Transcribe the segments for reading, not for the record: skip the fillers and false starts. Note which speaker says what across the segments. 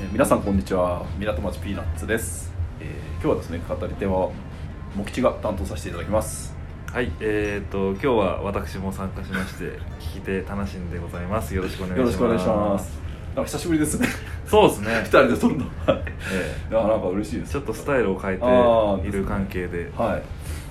Speaker 1: 皆さんこんにちは。港町ピーナッツです。今日はですね、語り手は茂吉が担当させていただきます。
Speaker 2: はい、今日は私も参加しまして聞き手楽しんでございます。よろしくお願いします。
Speaker 1: よろしくお願いします。なんか久しぶりですね。
Speaker 2: そうですね。
Speaker 1: 二人で撮るの。いや、なんか嬉しいです。
Speaker 2: ちょっとスタイルを変えている関係で。はい。
Speaker 1: なんか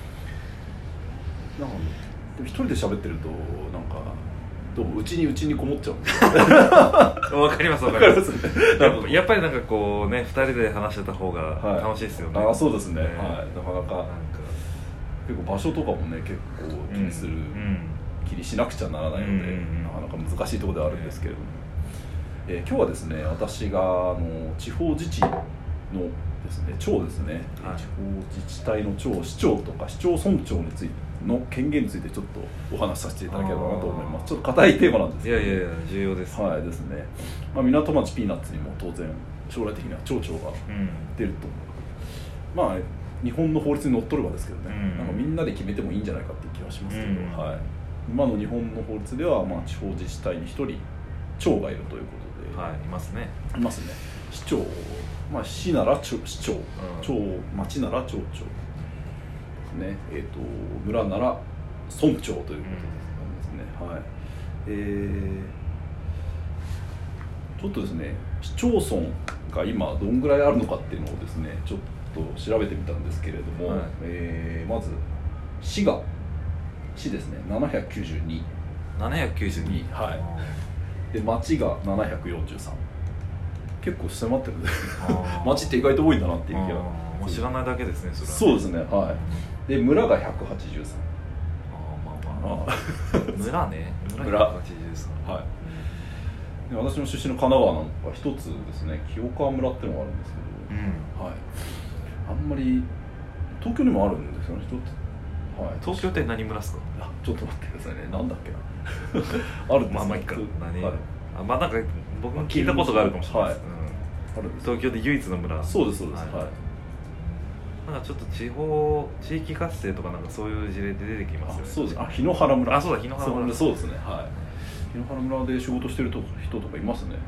Speaker 1: でも一人で喋ってるとなんかどうもうちにこもっちゃうんですよ。
Speaker 2: わかりますわかります。やっぱりなんかこうね、二人で話してた方が楽しいですよね。
Speaker 1: あ、そうですね。はい。なかなか結構場所とかもね結構気にする、気にしなくちゃならないので、なかなか難しいところではあるんですけれども、今日はですね、私が地方自治のですね、町ですね、地方自治体の町、市長とか市町村長についての権限についてちょっとお話しさせていただければなと思います。ちょっと硬いテーマなんですけど、
Speaker 2: いや重要です。
Speaker 1: はいですね。港町ピーナッツにも当然将来的には町長が出ると、まあ日本の法律にのっとればですけどね、なんかみんなで決めてもいいんじゃないかっていう気はしますけど、はい、今の日本の法律では、地方自治体に一人長がいるということで、
Speaker 2: はい、いますね。
Speaker 1: 市長、市なら市長、町なら町長ですね、村なら村長ということですね。はい。ちょっとですね、市町村が今どんぐらいあるのかっていうのをですね、ちょっと調べてみたんですけれども、まず市ですね、792、はい。で町が743、結構狭ってるんで町って意外と多いんだなっていう気が。
Speaker 2: もう知らないだけですね、それは。
Speaker 1: そうですね、はい。で村が183。
Speaker 2: 村ね、
Speaker 1: 村183。はい。で私の出身の神奈川なんか一つですね、清川村っていうのがあるんですけど、はい。あんまり東京にもあるんですよね、一つ。はい。
Speaker 2: 東京って何村ですか？
Speaker 1: ちょっと待ってくださいね。なんだっけな。あるんですよ。
Speaker 2: いいか。なんか僕も聞いたことがあるかもしれないです。東京で唯一の村。
Speaker 1: そうですそうです。はい。
Speaker 2: なんかちょっと地域活性とかなんかそういう事例で出てきますよね。
Speaker 1: そうです。檜原村。
Speaker 2: そうだ、檜原村。
Speaker 1: そうですね。はい。檜原村で仕事してる人とかいますね。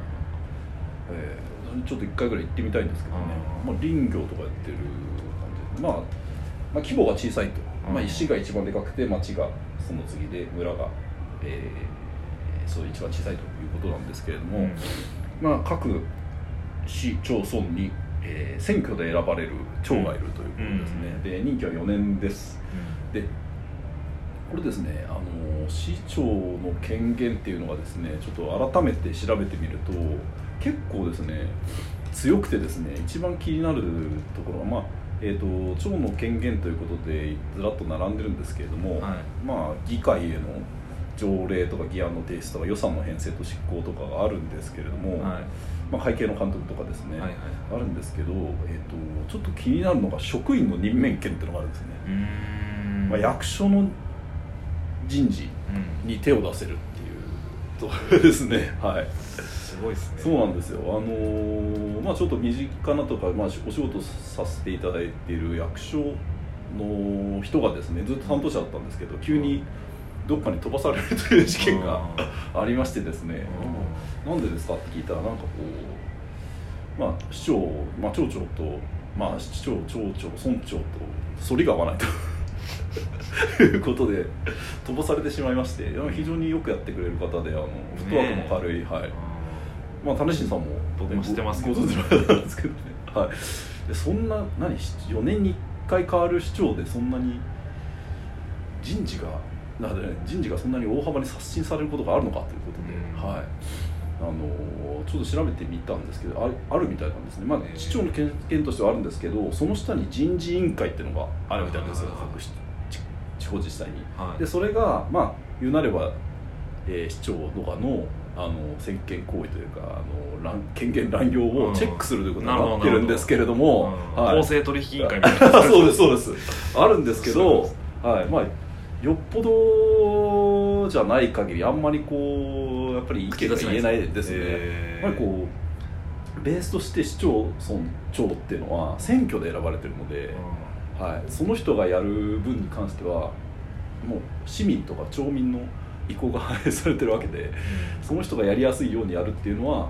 Speaker 1: ちょっと一回ぐらい行ってみたいんですけどね。林業とかやってる感じで、規模が小さいと。市が一番でかくて町がその次で村が、そう一番小さいということなんですけれども、各市町村に選挙で選ばれる長がいるということですね。で任期は4年です。でこれですね、市長の権限っていうのがですね、ちょっと改めて調べてみると結構ですね強くてですね、一番気になるところは町の権限ということでずらっと並んでるんですけれども、議会への条例とか議案の提出とか予算の編成と執行とかがあるんですけれども、会計の監督とかですね、あるんですけど、ちょっと気になるのが職員の任命権っていうのがあるんですね。役所の人事に手を出せるっていうとですね、はい。
Speaker 2: すごいですね。
Speaker 1: そうなんですよ。ちょっと身近なとか、お仕事させていただいている役所の人がですね、ずっと担当者だったんですけど、急にどっかに飛ばされるという事件がありましてですね、なんでですかって聞いたら、なんかこう、市長、町長と、市長、町長、村長と反りが合わないということで飛ばされてしまいまして、非常によくやってくれる方で、フットワークも軽い、はい。種新さんも
Speaker 2: 僕も知ってますけど、
Speaker 1: ご存知の方なんですけどね。はい。でそんな4年に1回変わる市長でそんなに人事がそんなに大幅に刷新されることがあるのかということで、はい。ちょっと調べてみたんですけど、あるみたいなんですね。市長の権限としてはあるんですけど、その下に人事委員会っていうのがあるみたいなんですよ、各地方自治体に。でそれが言うなれば、市長とかの専権行為というか権限乱用をチェックするということになってるんですけれども、
Speaker 2: 公正取引委員会みたいな
Speaker 1: そうですあるんですけど、よっぽどじゃない限りあんまりやっぱり意見が言えないですね。やっぱりベースとして市長村長っていうのは選挙で選ばれてるので、その人がやる分に関してはもう市民とか町民の意向が反映されてるわけで、その人がやりやすいようにやるっていうのは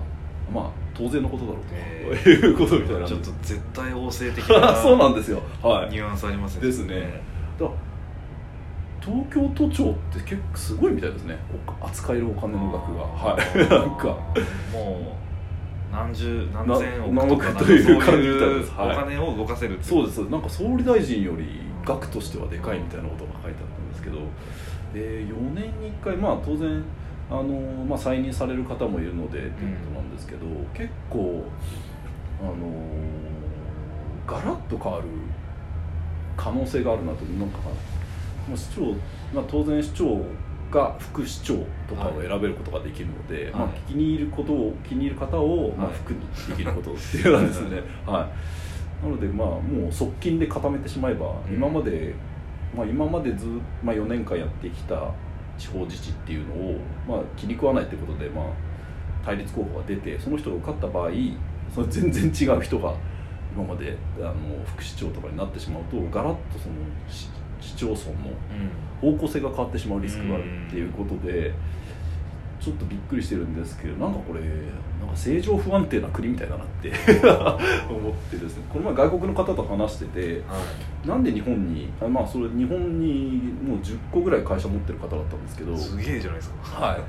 Speaker 1: まあ当然のことだろうということみたいな。
Speaker 2: ちょっと絶対王政的な
Speaker 1: そうなんですよ、はい、
Speaker 2: ニュアンスありますね。
Speaker 1: ですね。だ東京都庁って結構すごいみたいですね、扱えるお金の額が。はいなんか
Speaker 2: もう何千億とか
Speaker 1: という感じみたい
Speaker 2: そういう
Speaker 1: です。
Speaker 2: お金を動かせるって、
Speaker 1: そうです。なんか総理大臣より額としてはでかいみたいなことが書いてあったんですけど、4年に1回、まあ当然まあ、再任される方もいるのでっていうことなんですけど、結構ガラッと変わる可能性があるなと。なんか市長、まあ、当然市長が副市長とかを選べることができるので、まあ、気に入る方を、まあ、副にできることっていうなんですねはい、なので、まあ、もう側近で固めてしまえば、今までまあ、4年間やってきた地方自治っていうのを、まあ、気に食わないってことで、まあ、対立候補が出て、その人が受かった場合、その全然違う人が今まで副市長とかになってしまうと、ガラッとその市町村の方向性が変わってしまうリスクがあるっていうことで、ちょっとびっくりしてるんですけど、なんかこれなんか政情不安定な国みたいだなって思ってですね、この前外国の方と話してて、なんで日本にまあそれ日本にもう10個ぐらい会社持ってる方だったんですけど、
Speaker 2: すげえじゃないですか。
Speaker 1: はい、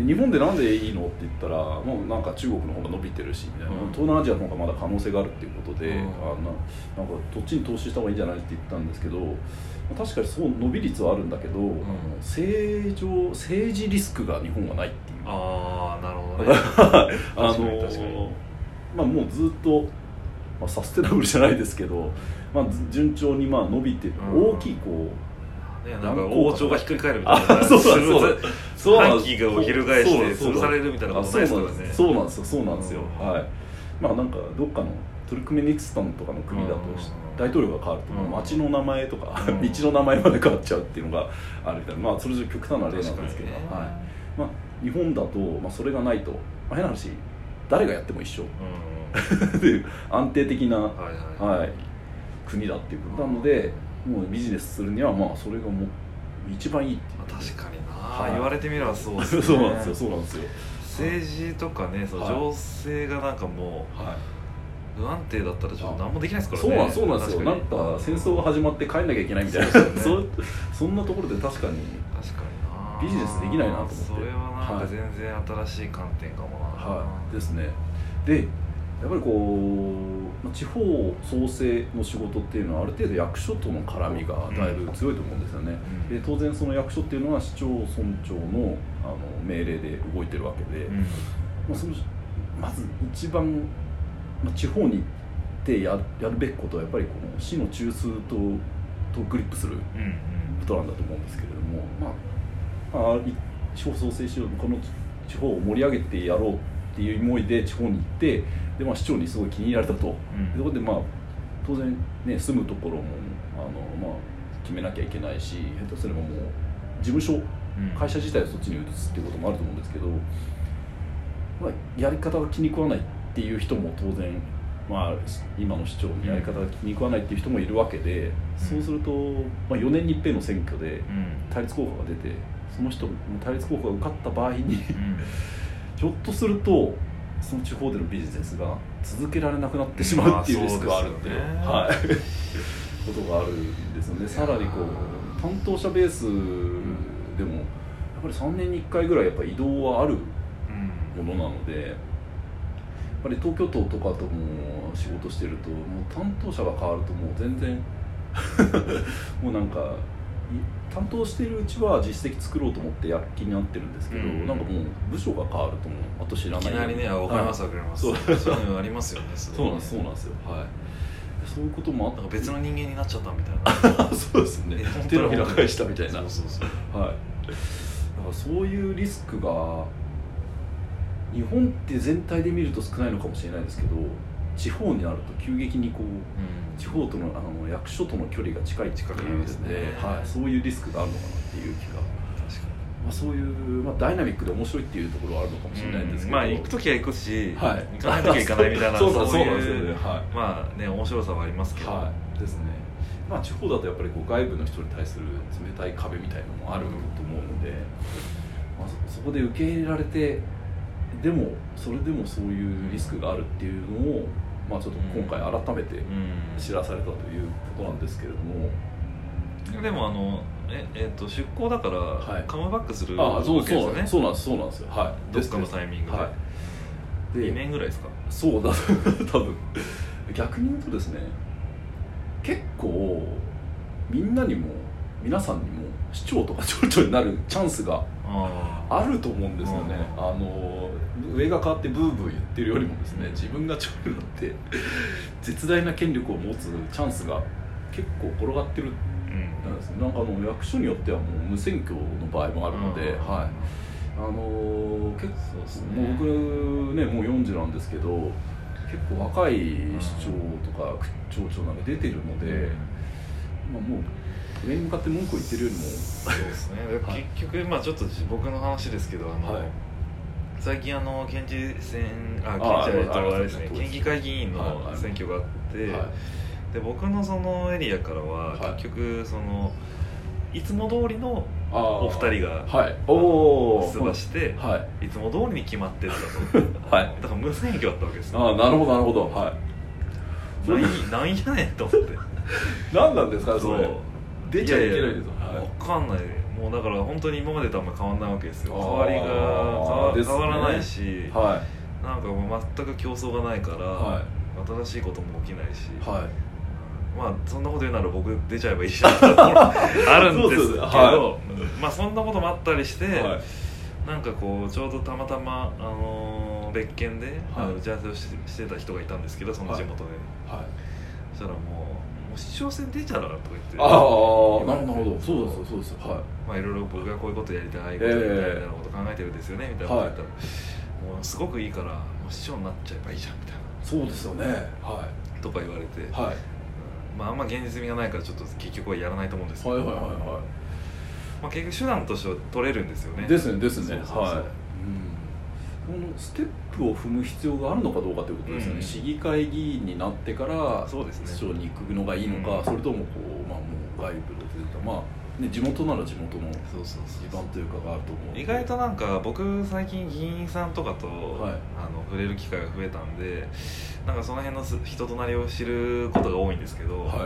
Speaker 1: で日本でなんでいいのって言ったら、もうなんか中国の方が伸びてるしみたいな、東南アジアの方がまだ可能性があるっていうことで、なんかどっちに投資した方がいいんじゃないって言ったんですけど、確かにそう伸び率はあるんだけど、政治リスクが日本はないっていう。
Speaker 2: ああ、なるほどね
Speaker 1: まあ、もうずっと、まあ、サステナブルじゃないですけど、まあ、順調にまあ伸びて、大きいこう、
Speaker 2: なんか王朝がひっくり返るみたいな、
Speaker 1: そう
Speaker 2: 反旗が翻して潰されるみたいなことないですからね。
Speaker 1: そうなんですよ、はい。まあなんかどっかのトルクメニスタンとかの国だと大統領が変わると町の名前とか道の名前まで変わっちゃうっていうのがあるみたいな、まあそれじゃ極端な例なんですけど、はい。まあ日本だと、まあ、それがないと、まあ、変な話誰がやっても一緒っていう安定的な、はい、国だっていうことなので、もうビジネスするにはまあそれがもう一番いいっていう、ね、
Speaker 2: 確かにな、言われてみればそうですね
Speaker 1: そうなんですよ
Speaker 2: 政治とかね、その情勢がなんかもう、不安定だったらちょっと何もできないですからね。
Speaker 1: そうなんですよ。なんか戦争が始まって帰んなきゃいけないみたいな、そんなところで確かにビジネスできないなと思って。
Speaker 2: それはなんか全然新しい観点かもな。
Speaker 1: ですね。でやっぱりこう地方創生の仕事っていうのはある程度役所との絡みがだいぶ強いと思うんですよね。で当然その役所っていうのは市町村長の命令で動いてるわけで、まず一番地方に行ってやるべきことはやっぱりこの市の中枢とグリップすることなんだと思うんですけれども、地方創生しよう、この地方を盛り上げてやろうっていう思いで地方に行って、で、市長にすごい気に入られたと、そこで当然ね、住むところも決めなきゃいけないし、下手すればもう事務所、会社自体をそっちに移すっていうこともあると思うんですけど、やり方が気に食わないっていう人も当然、今の市長のやり方が気に食わないっていう人もいるわけで、そうすると、4年に一遍の選挙で対立候補が出て、その人の対立候補が受かった場合にひょっとするとその地方でのビジネスが続けられなくなってしまうっていうリスクがあるっていう、ことがあるんですよね。さらにこう担当者ベースでもやっぱり3年に1回ぐらいやっぱり移動はあるものなので、やっぱり東京都とかとも仕事してると、もう担当者が変わるともう全然もうなんか担当しているうちは実績作ろうと思って躍起になってるんですけど、なんかもう部署が変わるともうあと知らない、
Speaker 2: いきなりね、分かります分かります、そういうのありますよね。
Speaker 1: そうなんですよ、はい。そういうこともあった。
Speaker 2: 別の人間になっちゃったみたいな
Speaker 1: そうですね、手のひら返したみたいな。
Speaker 2: そう、
Speaker 1: はい。だからそういうリスクが日本って全体で見ると少ないのかもしれないですけど、地方になると急激にこう、地方との役所との距離が近いっていうので、そういうリスクがあるのかなっていう気が。そういう、ダイナミックで面白いっていうところはあるのかもしれないんですけど、
Speaker 2: 行くときは行くし、行かないときは行かないみたいな、そういう面白さはありますけど、
Speaker 1: ですね。地方だとやっぱりこう外部の人に対する冷たい壁みたいなのもあると思うので、そこで受け入れられてでもそれでもそういうリスクがあるっていうのを、まあ、ちょっと今回改めて知らされたということなんですけれども、
Speaker 2: でも出向だから、はい、カムバックするわけですよね。
Speaker 1: そうなんですよ、はい、
Speaker 2: どっかのタイミングで、はい、2年ぐらいですか。
Speaker 1: そうだ多分逆に言うとですね、結構皆さんにも市長とか町長になるチャンスがあると思うんですよね。上が変わってブーブー言ってるよりもですね、自分が町長になって絶大な権力を持つチャンスが結構転がってるなんですね。なんか役所によってはもう無選挙の場合もあるので、はい、結構、もう僕ねもう40なんですけど、結構若い市長とか町長なんか出てるので、まあ、もう上に向かって文句を言ってるよりも
Speaker 2: そうですね、はい、結局、まあ、ちょっと僕の話ですけど、はい、最近県知選あれですね、県議会議員の選挙があって、はい、で僕のそのエリアからは結局いつも通りのお二人が出馬して、はい、いつも通りに決まってたと、はい、だから無選挙だったわけですよ。
Speaker 1: なるほど、はい、
Speaker 2: なんやねんと思って
Speaker 1: 何なんですかそれ。出ちゃいけないですよ。
Speaker 2: 分かんない。もうだから本当に今までとあんま変わらないわけですよ。変わらないし、はい、なんかもう全く競争がないから、はい、新しいことも起きないし、はい、まあそんなこと言うなら僕出ちゃえばいいじゃんってあるんですけど、はい、まあそんなこともあったりして、はい、なんかこうちょうどたまたま別件で、はい、打ち合わせをしてた人がいたんですけど、その地元で、はいはい、そしたらもう市長選出ちゃうなとか言って、
Speaker 1: なるほど、そうです、はい、
Speaker 2: まあいろいろ僕がこういうことやりたい、ああいうことやりたいみたいなこと考えてるんですよねみたいなこと言ったら、もうすごくいいからもう市長になっちゃえばいいじゃんみたいな。
Speaker 1: そうですよね、はい、
Speaker 2: とか言われて、
Speaker 1: はい、
Speaker 2: まああんま現実味がないからちょっと結局はやらないと思うんですけど、
Speaker 1: はい、
Speaker 2: まあ結局手段としては取れるんですよね。
Speaker 1: ですね、はい、このステップを踏む必要があるのかどうかということですよね。市議会議員になってから市長に行くのがいいのか、それともまあもう外部で出た、まあね、地元なら地元の地盤というかがあると思う。
Speaker 2: 意外となんか僕最近議員さんとかと、はい、触れる機会が増えたんで、なんかその辺の人となりを知ることが多いんですけど、はい、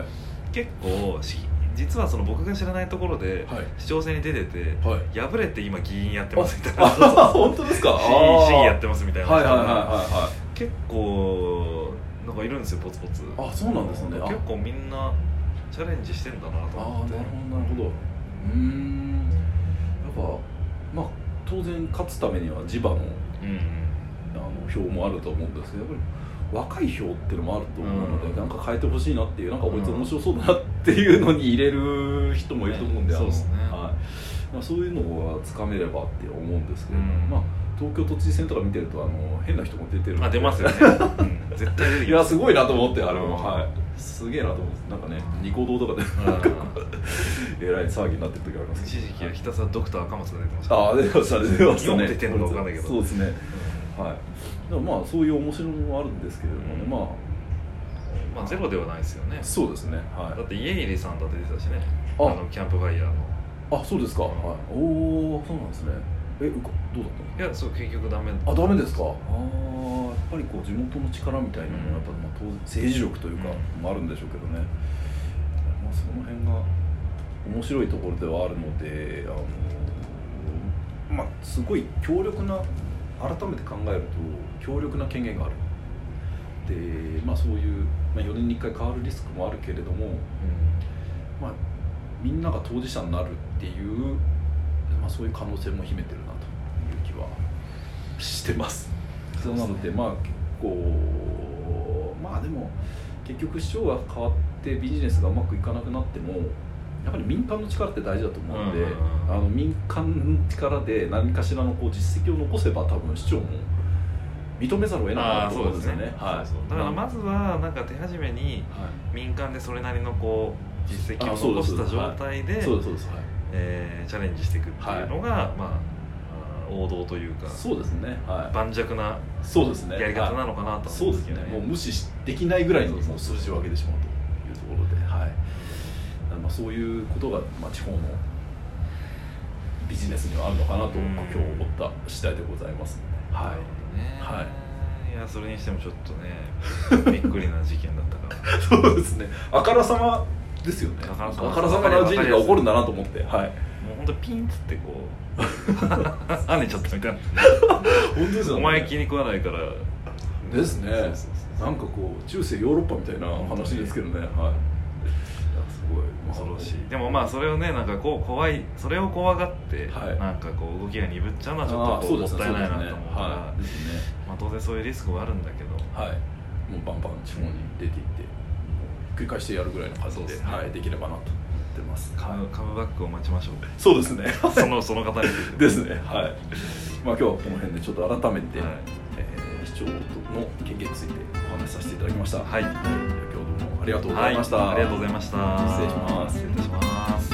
Speaker 2: 結構実はその僕が知らないところで市長選に出てて、はい、敗れて今議員やってますみたいな、
Speaker 1: 本当ですか、
Speaker 2: 市議やってますみたいな人結構なんかいるんですよ、ポツポツ。
Speaker 1: そうなんですね。
Speaker 2: 結構みんなチャレンジしてんだなと思って。
Speaker 1: なるほど。やっぱまあ当然勝つためには地場の、票もあると思うんですけど、やっぱり若い票っていうのもあると思うので、なんか変えてほしいなっていう、なんかこいつ面白そうだなっていうのに入れる人もいると思うんで、
Speaker 2: そうですね、
Speaker 1: はい、そういうのがつかめればって思うんですけど、まあ東京都知事選とか見てると変な人も出てるので、
Speaker 2: 出ますよね、絶対出てきます。
Speaker 1: いやすごいなと思って、あれも、はい、すげえなと思って、なんかねニコ動とかでえらい騒ぎになってる時あります。
Speaker 2: 一時期はひたすらドクター赤松が出てました。
Speaker 1: 出てましたね。
Speaker 2: 出てるのか分かんないけど。
Speaker 1: そうですね、はい。でもまあそういう面白みもあるんですけれどもね、
Speaker 2: まあゼロではないですよね。
Speaker 1: そうですね、はい。
Speaker 2: だって家入さんだって出てたしね、キャンプファイヤーの。
Speaker 1: そうですか、はい。おお、そうなんですね。どうだったの？
Speaker 2: いや、そう、結局ダメ。
Speaker 1: ダメですか。やっぱりこう地元の力みたいなのもやっぱ当然政治力というかもあるんでしょうけどね。その辺が面白いところではあるので、すごい強力な、改めて考えると強力な権限がある。で、そういう、4年に1回変わるリスクもあるけれども、みんなが当事者になるっていう、そういう可能性も秘めてるなという気はしてます。そうなので結構でも結局市長が変わってビジネスがうまくいかなくなってもやっぱり民間の力って大事だと思うので、民間の力で何かしらの実績を残せば多分市長も認めざるを得なかったと思うんですよね。
Speaker 2: だからまずはなんか手始めに民間でそれなりの実績を残した状態でチャレンジしていくっていうのが王道というか、
Speaker 1: そうですね、
Speaker 2: 盤石なやり方なのかなと思うんですけどね。
Speaker 1: もう無視できないぐらいの数字を上げてしまうというところで、そういうことが地方のビジネスにはあるのかなと今日思った次第でございますので、はい
Speaker 2: はい、いやそれにしてもちょっとねびっくりな事件だったから
Speaker 1: そうですね、あからさまですよね、あからさまな事件が起こるんだなと思って、はい、もう
Speaker 2: 本当ピンっつってこう跳ねちゃったみたいな
Speaker 1: 本当ですよね、
Speaker 2: お前気に食わないから
Speaker 1: ですね、なんかこう中世ヨーロッパみたいな話ですけどね、はい、すごい
Speaker 2: 恐ろしい。でもまあそれをねなんかこう怖い、それを怖がって、はい、なんかこう動きが鈍っちゃうのはちょっともったいないなと思うから、まあ当然そういうリスクはあるんだけど、
Speaker 1: はい、もうバンバン地方に出ていって、繰り返してやるぐらいの感じで、はい、できればなと思ってます。
Speaker 2: カムバックを待ちましょう。
Speaker 1: そうですね。
Speaker 2: その方に
Speaker 1: ですね。はい。まあ今日はこの辺でちょっと改めて、市長の権限についてお話しさせていただきました。はい。今日どうもありがとうございました。
Speaker 2: ありがとうございました。
Speaker 1: 失礼します。
Speaker 2: 失礼いたします。